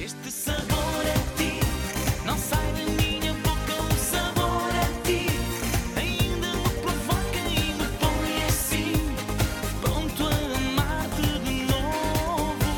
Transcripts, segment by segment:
Este sabor a ti, não sai da minha boca o sabor a ti. Ainda me provoca e me põe assim, pronto a amar-te de novo.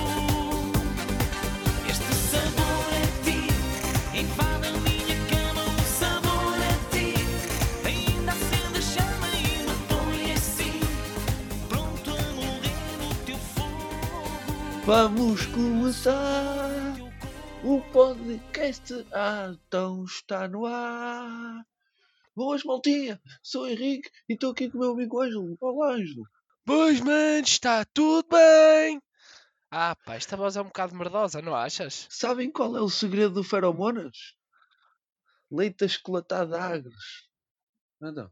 Este sabor a ti, invade a minha cama o sabor a ti. Ainda acende a chama e me põe assim, pronto a morrer no teu fogo. Vamos começar o podcast. Então está no ar. Boas, maltinha. Sou o Henrique e estou aqui com o meu amigo Ângelo. Olá, Ângelo. Pois, mano, está tudo bem. Pá, esta voz é um bocado merdosa, não achas? Sabem qual é o segredo do feromonas? Leite achocolatado Agres. Não.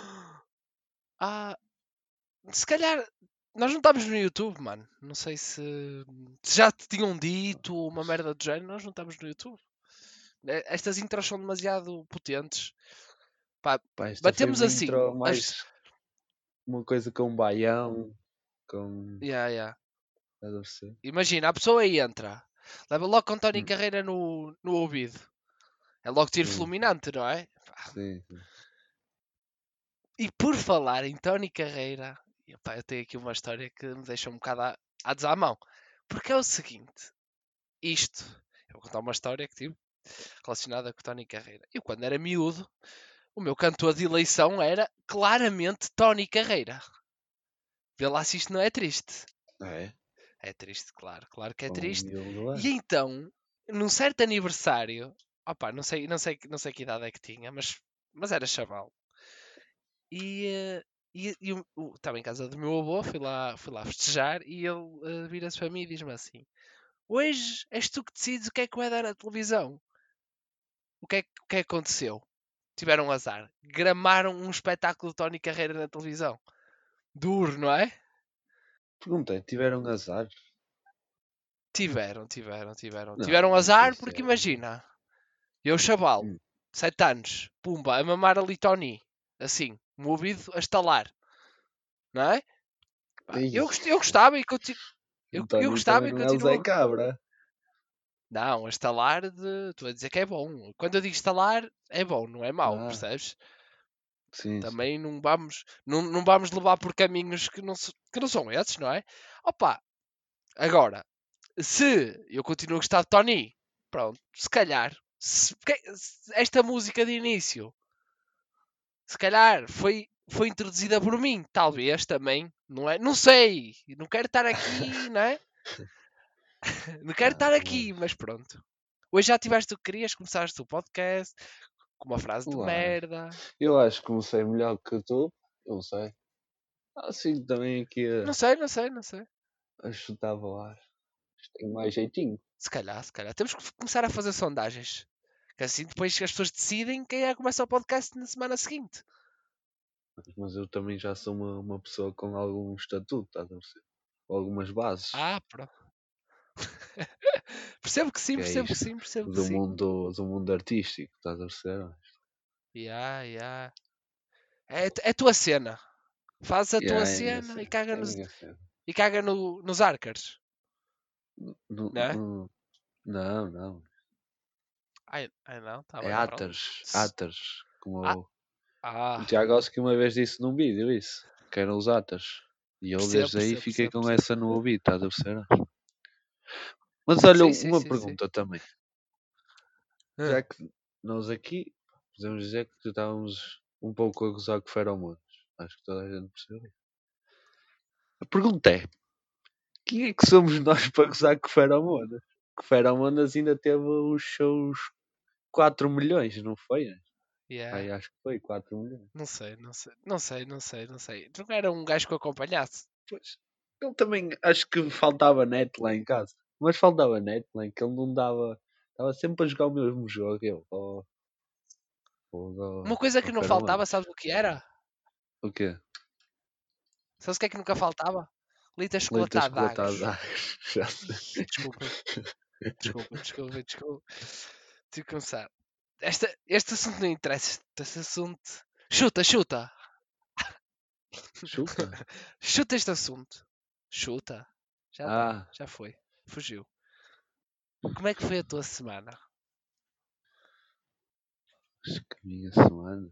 Se calhar nós não estamos no YouTube, mano. Não sei se já te tinham dito uma merda do género. Nós não estamos no YouTube. Estas intros são demasiado potentes. Pá, Pá, esta batemos foi uma assim. intro mais uma coisa com um baião. Com... Yeah. Estás a perceber? Imagina, a pessoa aí entra, leva logo com Tony Carreira no ouvido. É logo tiro Sim. fulminante, não é? Sim. E por falar em Tony Carreira, pá, eu tenho aqui uma história que me deixa um bocado a desamão. Porque é o seguinte, eu vou contar uma história que tive relacionada com Tony Carreira. Eu quando era miúdo, o meu cantor de eleição era claramente Tony Carreira. Vê lá se isto não é triste. É? É triste, claro que é Com triste. miúdo, é. E então, num certo aniversário, opá, não sei que idade é que tinha, mas era chaval. E estava em casa do meu avô, fui lá festejar e ele vira-se para mim e diz-me assim: Hoje és tu que decides o que é que vai dar na televisão. O que é que aconteceu? Tiveram azar. Gramaram um espetáculo de Tony Carreira na televisão. Duro, não é? Perguntei, tiveram azar? Tiveram. Não, Tiveram não azar sei porque se é. imagina, eu chaval, 7 anos, pumba, a mamar ali Tony, assim, movido a estalar, não é? Pá, Ih, eu gostava e eu Tony gostava também e não é o Zé continuo. Cabra. Não, a estalar de. Estou a dizer que é bom. Quando eu digo estalar, é bom, não é mau, percebes? Sim. Também não vamos levar por caminhos que não são esses, não é? Opa, agora, se eu continuo a gostar de Tony, pronto, se calhar, se esta música de início, se calhar foi introduzida por mim, talvez também, não é? Não sei, não quero estar aqui, não é? Não quero estar aqui, mas pronto. Hoje já tiveste o que querias, começaste o podcast com uma frase de Claro. merda. Eu acho que comecei melhor que tu. Não sei. Assim também aqui Não sei. a chutar ar. Tem mais jeitinho. Se calhar. Temos que começar a fazer sondagens. Que assim depois as pessoas decidem quem é que começa o podcast na semana seguinte. Mas eu também já sou uma pessoa com algum estatuto, estás a perceber? Algumas bases. Pronto. percebo que sim, Que é percebo que isto sim, percebo que do sim. mundo artístico, estás a perceber? Yeah. É a tua cena. Faz a tua É a minha cena cena. e caga, É a minha cena. nos arcars. Não, Não é? não. Ai não, tá É bem, pronto. haters. Como o Ah, Tiago Alves que uma vez disse num vídeo isso. Que eram os haters. E eu desde aí fiquei com essa no ouvido, estás a perceber? Mas olha, sim. uma pergunta também. Ah, Já que nós aqui podemos dizer que estávamos um pouco a gozar com feromonas. Acho que toda a gente percebeu. A pergunta é: quem é que somos nós para gozar com feromonas? Que feromonas ainda teve os seus 4 milhões, não foi? yeah. Ai, acho que foi 4 milhões. Não sei. Tu não era um gajo que o acompanhasse? Pois, ele também acho que faltava net lá em casa. Mas faltava net, né? Que ele não dava. Estava sempre a jogar o mesmo jogo. Eu, Uma coisa que não faltava, feromonas. sabes o que era? O quê? Sabes o que é que nunca faltava? Leite Leite achocolatado de achocolatado. Agres. Já sei. Desculpem. Tive que começar. Este assunto não interessa. Este assunto. Chuta. Chuta. Chuta este assunto. Chuta. Já está. Ah, Já foi. Fugiu. como é que foi a tua semana? Acho que a minha semana.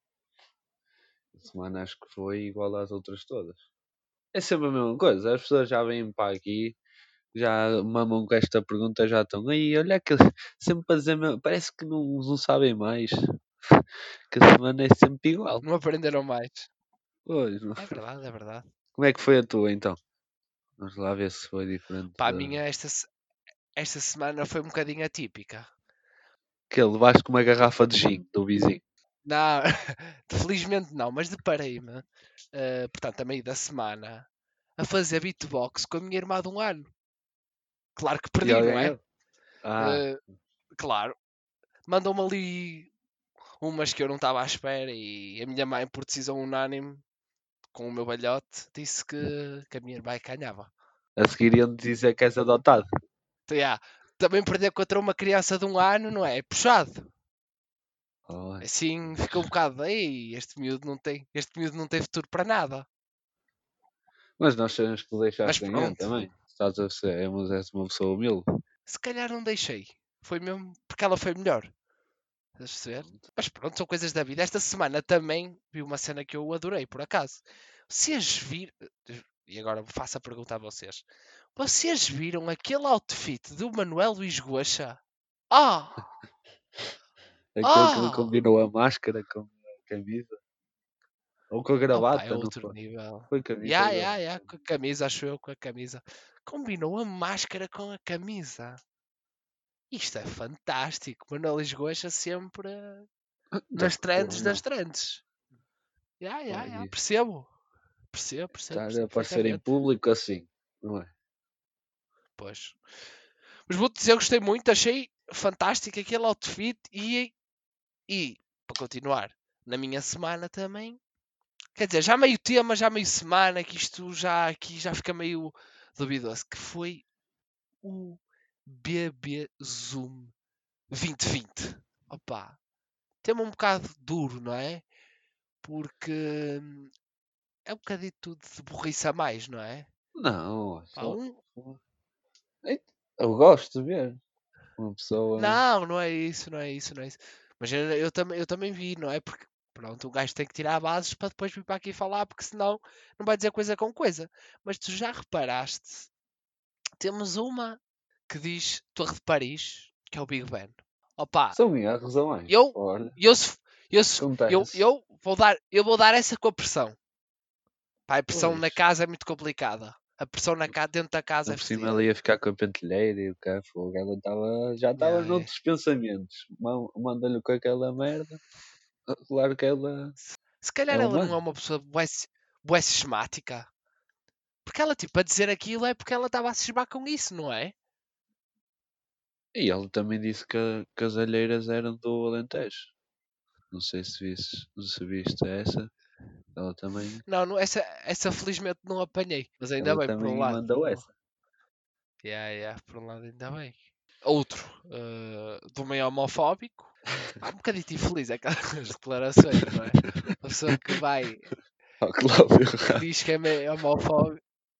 A semana acho que foi igual às outras todas. É sempre a mesma coisa. As pessoas já vêm para aqui, já mamam com esta pergunta, já estão aí. Olha que sempre a dizer, parece que não sabem mais. Que a semana é sempre igual. Não aprenderam mais? Pois, não. É verdade, é verdade. Como é que foi a tua então? Vamos lá ver se foi diferente Pá, a da. minha esta semana foi um bocadinho atípica. Que levaste com uma garrafa de gin do vizinho. Não, felizmente não, mas deparei-me, portanto, a meio da semana, a fazer beatbox com a minha irmã de 1 ano. Claro que E perdi, não alguém é? ganhou? Ah, Eh, claro. Mandou-me ali umas que eu não estava à espera e a minha mãe, por decisão unânime, com o meu balhote, disse que a minha irmã ganhava. a seguir iam dizer que és adotado. Então, yeah, também perder contra uma criança de 1 ano, não é? É puxado. Oh, Assim fica um bocado, ei, este miúdo não tem futuro para nada. mas nós sabemos que o Mas deixaste ganhar pronto, também. Estás a ser, és uma pessoa humilde. se calhar não deixei. Foi mesmo porque ela foi melhor. Estás a perceber? Mas pronto, são coisas da vida. Esta semana também vi uma cena que eu adorei, por acaso. Vocês viram. E agora faço a pergunta a vocês. Vocês viram aquele outfit do Manuel Luís Goxa? Ah! Aquele que Ah! combinou a máscara com a camisa. Ou com a Opa, é gravata, não outro foi? nível. Foi camisa ou Ya, ya, ya, gravata? com a camisa, acho eu, com a camisa. Combinou a máscara com a camisa. Isto é fantástico. Manuel Luís Goxa sempre Então, nas trends das não. trends. Ya, ya, Pá, ya, e percebo. Percebo, percebo, estar a percebo aparecer em perfeitamente. público assim, não é? Pois. Mas vou-te dizer, eu gostei muito, achei fantástico aquele outfit e para continuar, na minha semana também. Quer dizer, já meio tema, já meio semana, que isto já aqui já fica meio duvidoso, que foi o BB Zoom 2020. Opa, tema um bocado duro, não é? Porque é um bocadito de burrice a mais, não é? Não, Pá, só. Eu gosto de ver uma pessoa. Não, não é isso, não é isso, não é isso. Mas eu também vi, não é? Porque, pronto, o gajo tem que tirar bases para depois vir para aqui falar, porque senão não vai dizer coisa com coisa. Mas tu já reparaste, temos uma que diz Torre de Paris, que é o Big Ben. Opa, São erros a mais. eu, Olha, eu, se- acontece. eu vou dar essa com a pressão. Pá, a pressão Pois. na casa é muito complicada. A pressão dentro da casa Não é por cima ela fedida. ia ficar com a pentelheira e o que fogo. Ela já estava Yeah, yeah. noutros pensamentos. Manda-lhe com aquela merda. Claro que ela Se calhar é ela não é humana. uma pessoa bué sistemática. Porque ela, tipo, a dizer aquilo é porque ela estava a cismar com isso, não é? E ele também disse que as alheiras eram do Alentejo. Não sei se viste essa. Ela também, Não, essa felizmente não apanhei. Mas ainda ela bem, por um também lado. mandou essa. Yeah, yeah, por um lado ainda bem. Outro, do meio homofóbico. Pá, um bocadinho infeliz aquelas declarações, não é? Uma pessoa que vai, Ao Cláudio que Ramos. diz que é meio homofóbico.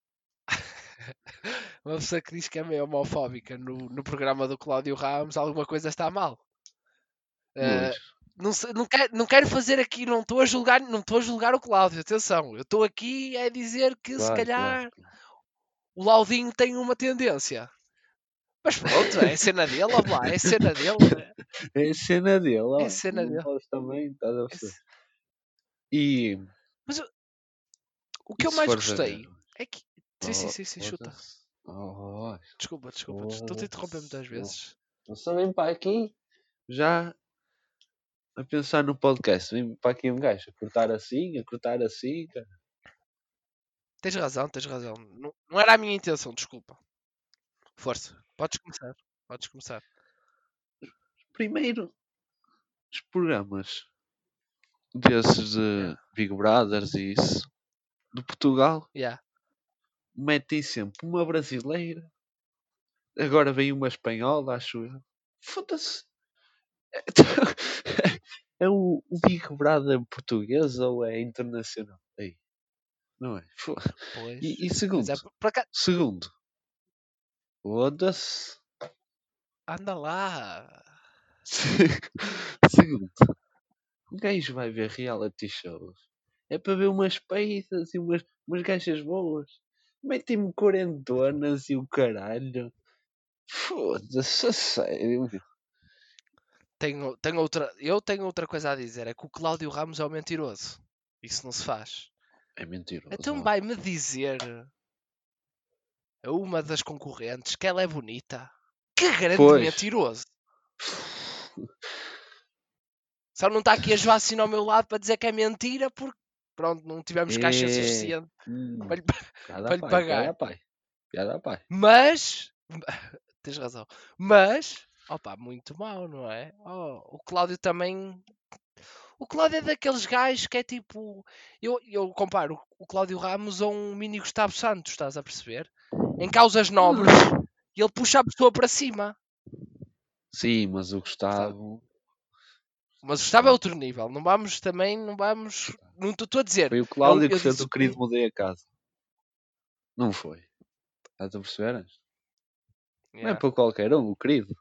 Uma pessoa que diz que é meio homofóbica no programa do Cláudio Ramos, alguma coisa está mal. Pois, Uh, não quero fazer aqui, não estou a julgar o Cláudio, atenção, eu estou aqui a dizer que se claro, claro. calhar o Laudinho tem uma tendência. Mas pronto, é a cena dele, ó lá, é a cena dele, É a cena dele, é a ó. cena Não dele. podes também, estás a É perceber? ce- E, Mas o e que eu se mais fores a ver? gostei é que. Sim, sim, Oh, sim, sim, chuta. foda-se. Oh, Desculpa, estou-te a interromper foda-se. muitas vezes. Não só vem para aqui já a pensar no podcast. Vem para aqui um gajo a cortar assim. Cara. Tens razão, tens razão. Não, não era a minha intenção, desculpa. Força, podes começar. Podes começar. Primeiro, os programas desses Yeah, de Big Brothers e isso, de Portugal, yeah. metem sempre uma brasileira, agora vem uma espanhola, acho eu. Foda-se. É o Big Brother português ou é internacional? Ei, não é? Pois. E Pois segundo, é, por acaso. segundo, foda-se. Anda lá. Segundo, o gajo vai ver reality shows. É para ver umas peitas e umas gajas boas. Metem-me quarentonas e o caralho. Foda-se, a sério. Meu. Eu tenho outra coisa a dizer. É que o Cláudio Ramos é o mentiroso. Isso não se faz. É mentiroso. Então ó. vai-me dizer a uma das concorrentes que ela é bonita. Que grande Pois. mentiroso. Só não está aqui a Joacina ao meu lado para dizer que é mentira porque, pronto, não tivemos caixa É. suficiente para lhe, Piada para à lhe pai, piada pagar. à pai. Piada à pai. Mas, tens razão, mas, opa, muito mal, não é? Oh, o Cláudio também. O Cláudio é daqueles gajos que é tipo. Eu comparo o Cláudio Ramos a um mini Gustavo Santos, estás a perceber? Em causas nobres, e ele puxa a pessoa para cima. Sim, mas o Portanto, Gustavo. mas o Gustavo é outro nível. Não vamos também, não vamos. Não estou a dizer. Foi o Cláudio que Eu fez disse o querido Mudei a Casa. Não foi. Estás a perceber? Não é yeah. para qualquer um, o querido.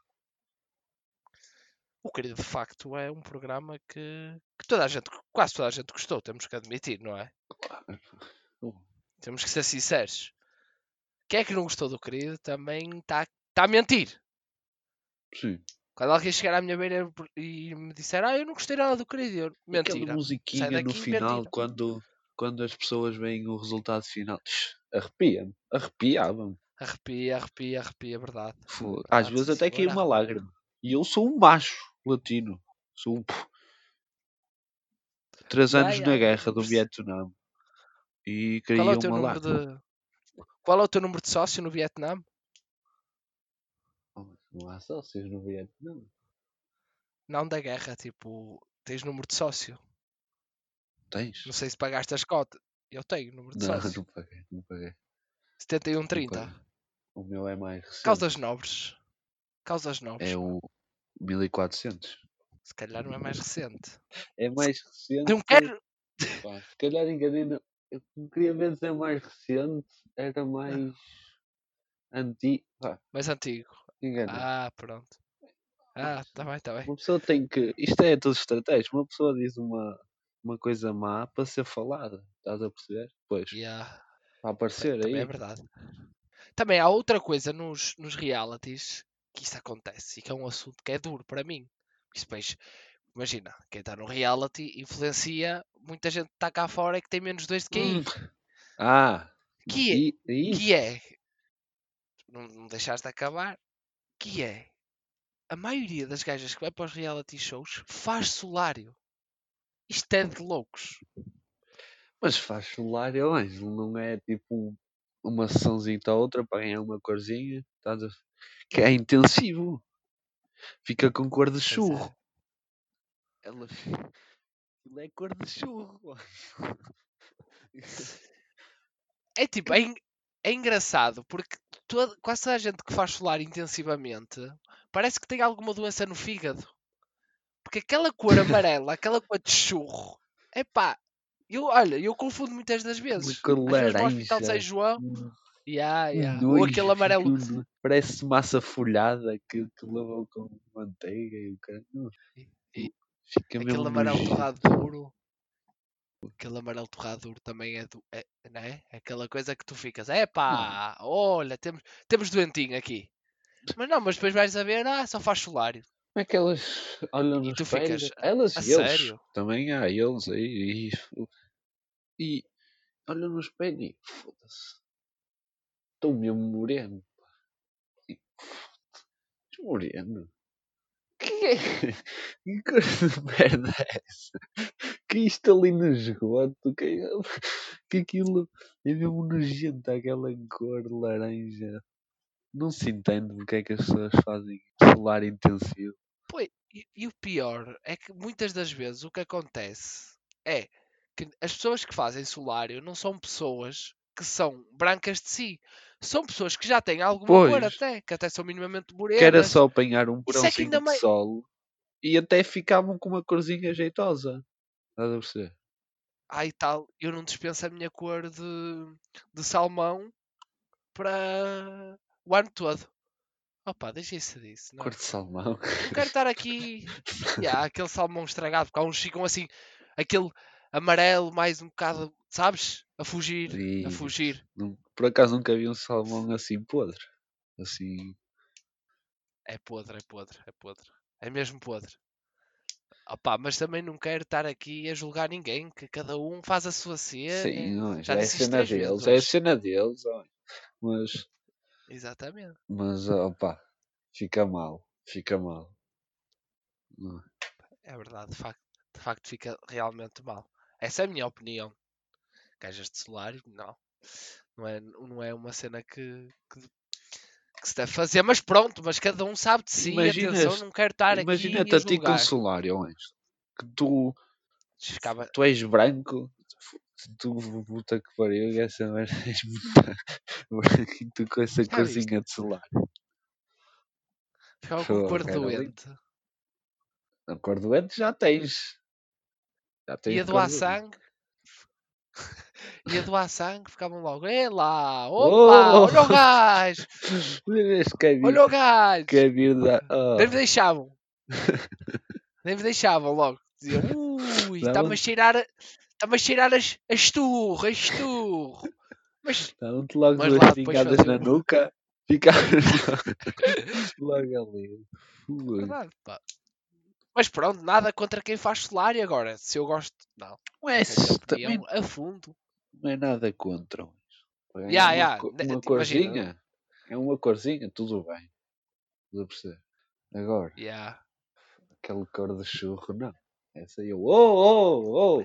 O Querido de facto é um programa que toda a gente, quase toda a gente gostou, temos que admitir, não é? Temos que ser sinceros. Quem é que não gostou do Querido também está a mentir. Sim. Quando alguém chegar à minha beira e me disser, eu não gostei nada do Querido, eu, Aquela mentira. Sai musiquinha no daqui, final, mentira. quando as pessoas veem o resultado final, arrepia-me, arrepiava-me. Arrepia, arrepia, arrepia, verdade. Às Verdade, vezes sim, até senhor, cai uma arrepia. lágrima. E eu sou um macho latino. Sou 3 anos na Yeah, guerra do Vietnã. E Qual é o caía teu uma número lágrima. de. Qual é o teu número de sócio no Vietnã? Oh, não há sócios no Vietnã. Não da guerra, tipo, tens número de sócio. Tens? Não sei se pagaste as cotas. Eu tenho número de Não, sócio. não paguei, não paguei. 7130. Não paguei. O meu é mais recente. Causas nobres. Causas nobres, É pá. o 1400. Se calhar não é mais recente. É mais recente. Não quero. Pá, se calhar enganei. Eu não queria ver se é mais recente. Era mais antigo. Pá, Mais antigo. enganei. Pronto. Tá bem, tá bem. Uma pessoa tem que. Isto é tudo estratégia. Uma pessoa diz uma coisa má para ser falada. Estás a perceber? Pois. Yeah. Para aparecer Também é aí. verdade. Também há outra coisa nos realities que isso acontece e que é um assunto que é duro para mim. Isso depois, imagina, quem está no reality influencia muita gente que está cá fora e que tem menos dois de Hum. QI. Ah. Que é, E isso? que é, não deixaste de acabar, que é, a maioria das gajas que vai para os reality shows faz solário. Isto é de loucos. Mas faz solar, eu acho. Não é tipo uma sessãozinha ou outra para ganhar uma corzinha. Estás a... Que é intensivo. Fica com cor de Pois churro. é. Ela... Aquilo é cor de churro. É tipo, é engraçado porque quase toda a gente que faz solar intensivamente parece que tem alguma doença no fígado. Porque aquela cor amarela, aquela cor de churro, epá, olha, eu confundo muitas das Uma vezes. cor Às vezes vou ao Hospital de São laranja. João, ou aquele Nojo. Fica amarelo, parece massa folhada que levou com manteiga e o cara. e- Fica mesmo aquele amarelo nojento. torrado duro. Aquele amarelo torrado duro também não é? Aquela coisa que tu ficas, Não. epá, olha, temos doentinho aqui. Mas não, mas depois vais a ver, só faz solário. Como é que elas olham no E tu espelho? ficas, Elas a e eles. sério? Também há eles aí. E olham no espelho e foda-se. Estou mesmo moreno. E, moreno? Que é? Que coisa de merda é essa? Que isto ali no esgoto? Que aquilo é mesmo nojento, aquela cor laranja. Não se entende porque é que as pessoas fazem solar intensivo. Pois, e o pior é que muitas das vezes o que acontece é que as pessoas que fazem solário não são pessoas que são brancas de si. São pessoas que já têm alguma cor Pois, até, que até são minimamente que era morenas. só apanhar um Isso é que porãozinho ainda de mais. sol e até ficavam com uma corzinha jeitosa. Estás a perceber? E tal, eu não dispenso a minha cor de salmão para o ano todo. Opa, deixa isso disso. Não, Cor de salmão. não quero estar aqui. Aquele salmão estragado, porque há uns que ficam assim, aquele amarelo mais um bocado, sabes? A fugir, a E fugir. por acaso nunca vi um salmão assim podre. Assim. É podre, é podre, é podre. É mesmo podre. Opa, mas também não quero estar aqui a julgar ninguém, que cada um faz a sua cena. Sim, não, Já já é disse isto cena 3 vezes deles. É a hoje. cena deles. Ó. Mas, Exatamente. mas opa, fica mal. Fica mal. Não é? É verdade, de facto fica realmente mal. Essa é a minha opinião. Gajas de solário, não. Não é uma cena que se deve fazer, mas pronto, mas cada um sabe de si, atenção, não quero estar aqui Imagina-te a a ti com julgar. solário, Anjo. Que tu, Ficava, tu és branco. Tu, puta que pariu, e essa merda és muito branco e tu com essa já viste? corzinha de solário. Ficava com Pô, cor cara ali. doente. A cor doente já tens. Já tens Ia cor doar doente. sangue, ia doar sangue, ficavam logo, é lá, opa, Oh! olha o gajo, Este quer vir, olha o gajo. quer vir da. Nem me Oh. deixavam, nem me deixavam logo. Diziam, está-me a Davam-te cheirar, está-me a cheirar a esturro, a esturro. davam-te logo Mas duas lá depois pingadas na faziam. nuca. Ficavas logo ali. Ui. Verdade, pá. Mas pronto, nada contra quem faz solário agora. Se eu gosto, não. Essa é a minha Mas opinião, também a fundo. não é nada contra. Para ganhar Ya, ya, uma imagina. corzinha. É uma corzinha, tudo bem. Tudo a perceber. Agora, Ya, aquele cor de churro, não. Essa aí eu. Oh! pois.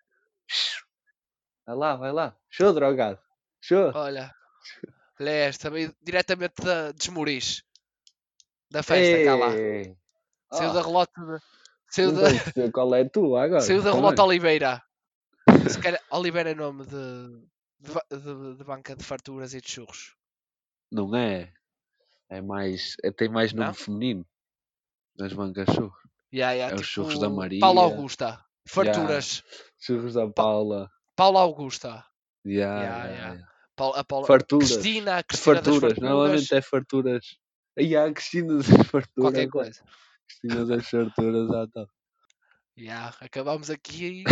Vai lá. Show, drogado. Show. Olha, leste, também diretamente de Esmoriz, da festa cá lá. Ei! Saiu Ah, da relota saiu não da, estou a perceber qual é a tua saiu agora. da relota Também. Oliveira. Se calhar, Oliveira é nome de banca de farturas e de churros. Não é. É mais. Tem mais nome Não? feminino. Nas bancas churros. Ya, É os churros da tipo Paulo Maria. Augusta. Já. Farturas. Churros da Pa- Paula. Paulo Augusta. Já. Ya. A Paula, Farturas. Cristina, a De Cristina das farturas. Normalmente farturas. é farturas. Aí há Cristina das Qualquer farturas. É. coisa. Cristina das farturas. Ah, tá. Ya, acabamos aqui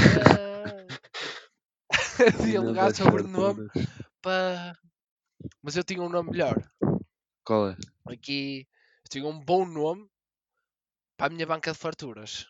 a Cristina dialogar das sobre nome farturas. para. Mas eu tinha um nome melhor. Qual é? Aqui eu tinha um bom nome para a minha banca de farturas.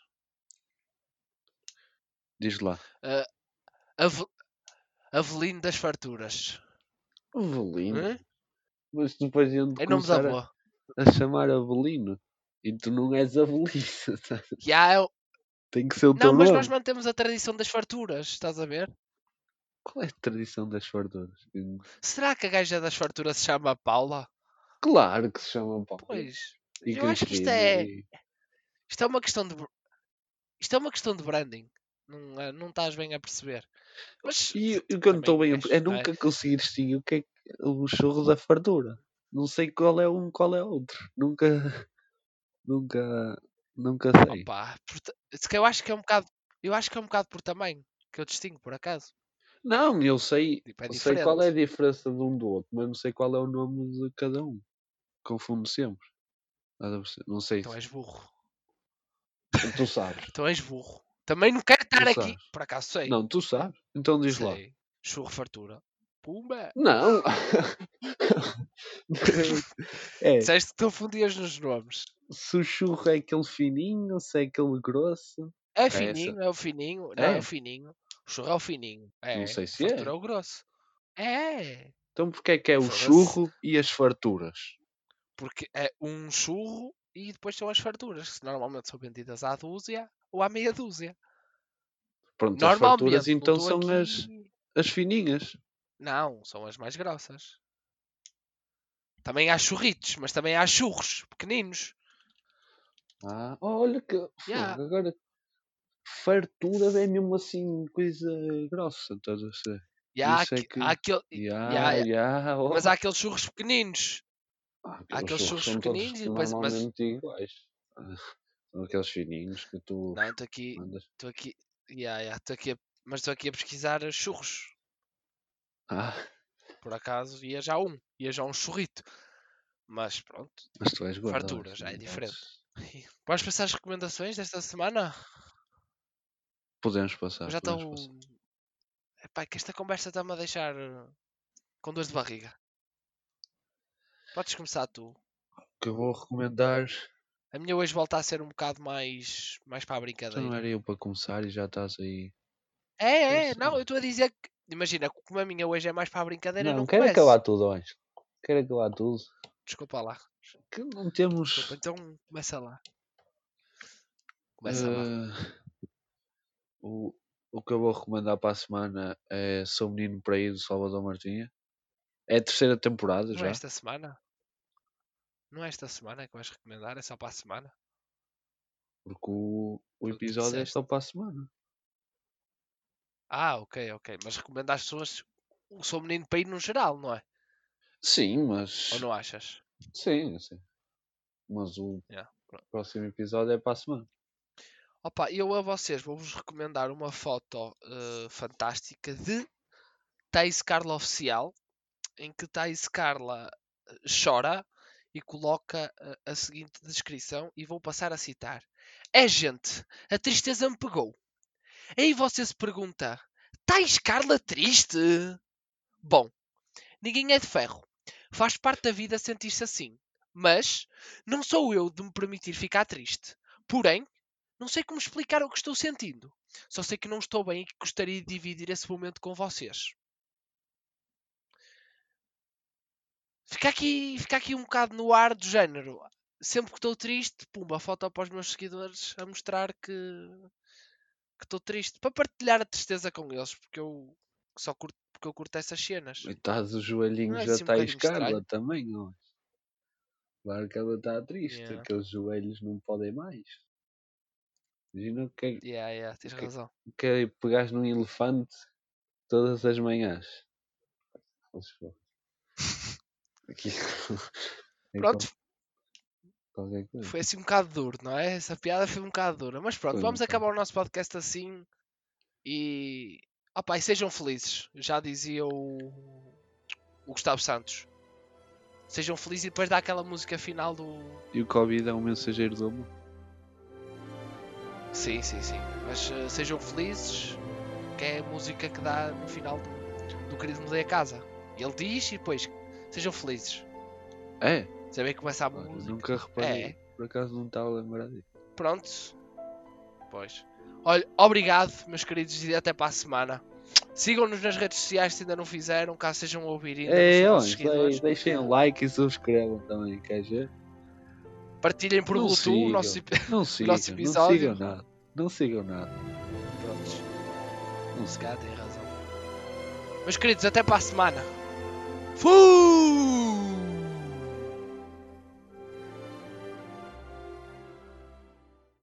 Diz lá. Uh, Ave- Avelino das farturas. Avelino. Hã? Mas depois iam-te É nome da começar avó. a chamar Avelino. E tu não és Avelino. Ya, Tem que ser o não, teu mas nós nome. mantemos a tradição das farturas, estás a ver? Qual é a tradição das farturas? Será que a gaja das farturas se chama Paula? Claro que se chama Paula. Pois, E eu acho que Cristina. E... isto é uma questão de isto é uma questão de branding. Não estás bem a perceber. Mas E o que eu não estou também bem é não é? nunca conseguir distinguir o que é o churro da fartura. Não sei qual é um, qual é outro. Nunca, nunca sei. Opa, se que eu acho que é um bocado, eu acho que é um bocado por tamanho que eu distingo por acaso. Não, Tipo, é eu sei qual é a diferente. diferença de um do outro, mas não sei qual é o nome de cada um. Confundo sempre. Estás a perceber? Não sei Então se és burro. tu sabes. Então és burro. Também não quero Tu estar aqui. sabes. Por acaso sei. Não, tu sabes. Então diz lá. Sei. Churro fartura. Pumba. Não. É, Disseste que te confundias nos nomes. se o churro é aquele fininho, se é aquele grosso. É É essa. fininho, é o fininho. Não, é o É, fininho. O churro é o fininho. não É. sei O se fartura é. é o grosso. É. Então porque é que é o Foda-se. churro e as farturas? Porque é um churro e depois são as farturas, que normalmente são vendidas à dúzia ou à meia dúzia. Pronto, as farturas Normalmente, não então estou são aqui. as fininhas. Não, são as mais grossas. Também há churritos, mas também há churros pequeninos. Ah, olha que Yeah. fogo. Agora farturas é mesmo assim coisa grossa, estás a ser? E Por isso é há que. aquele, mas Oh. há aqueles churros pequeninos. Há Aqueles aqueles churros churros são todos pequeninos e depois. Mas normalmente iguais. Ah, são aqueles fininhos que tu não, estou aqui. mandas. Estou aqui. Estou aqui mas estou aqui a pesquisar churros. Ah, Por acaso ia já um churrito. Mas pronto, Mas tu és gordo. fartura, acho, já é não diferente. podes- Vamos passar as recomendações desta semana? Podemos passar. Eu já Podemos estou. passar. Epá, que esta conversa está-me a deixar com dores de barriga. Podes começar tu. O que eu vou recomendar. A minha hoje volta a ser um bocado mais para a Tu não brincadeira. era eu para começar e já estás aí. É, Isso. não, eu estou a dizer que. Imagina, como a minha hoje é mais para a brincadeira, eu Não, não quero começo. acabar tudo hoje. Quero acabar tudo. Desculpa lá. Que não temos. Desculpa, então começa lá. Começa lá. O que eu vou recomendar para a semana é Sou Menino para Ir do Salvador Martinha. É a terceira temporada Não é já. esta semana? Não é esta semana que vais recomendar? É só para a semana? Porque o Foi o que tu episódio é disseste. só para a semana. Ah, ok. Mas recomenda às pessoas o Sou Menino para ir no geral, não é? Sim, mas. Ou não achas? Sim. Mas o Yeah, pronto. próximo episódio é para a semana. Opa, eu a vocês vou-vos recomendar uma foto fantástica de Thais Carla Oficial, em que Thais Carla chora e coloca a seguinte descrição, e vou passar a citar. É gente, a tristeza me pegou. Aí você se pergunta, Thais Carla triste? Bom, ninguém é de ferro. Faz parte da vida sentir-se assim. Mas não sou eu de me permitir ficar triste. Porém, não sei como explicar o que estou sentindo. Só sei que não estou bem e que gostaria de dividir esse momento com vocês. Fica aqui um bocado no ar do género. Sempre que estou triste, pumba, foto para os meus seguidores a mostrar que estou triste. Para partilhar a tristeza com eles, porque eu só curto, porque eu curto essas cenas. Coitado dos Não joelhinhos é da assim um Thaís bocadinho Carla estranho? também, ó. Claro que ela está triste. Yeah, Aqueles joelhos não podem mais. Imagina o que tens que- razão. é pegares num elefante todas as manhãs. Aqui. É Pronto, qualquer coisa. foi assim um bocado duro, não é? Essa piada foi um bocado dura. Mas pronto, Foi vamos um bocado. acabar o nosso podcast assim e. Opa, e sejam felizes. Já dizia o Gustavo Santos. Sejam felizes e depois dá aquela música final do. E o Covid é um mensageiro do amor. Sim. Mas sejam felizes, que é a música que dá no final do Querido Mudei a Casa. Ele diz e depois sejam felizes. É? Saber que começa a Olha, música. nunca reparei. É. Por acaso não estava a lembrar disso. Pronto. Pois. Olha, obrigado, meus queridos, e até para a semana. Sigam-nos nas redes sociais se ainda não fizeram, caso sejam a ouvir ainda, não são nossos seguidores. Deixem um like e subscrevam também, quer dizer? Partilhem por Não Bluetooth o nosso, Não o sigam, nosso não episódio. sigam nada. Não sigam nada. Prontos. Não Se sigam. calhar tem razão. Meus queridos, até para a semana. Fui!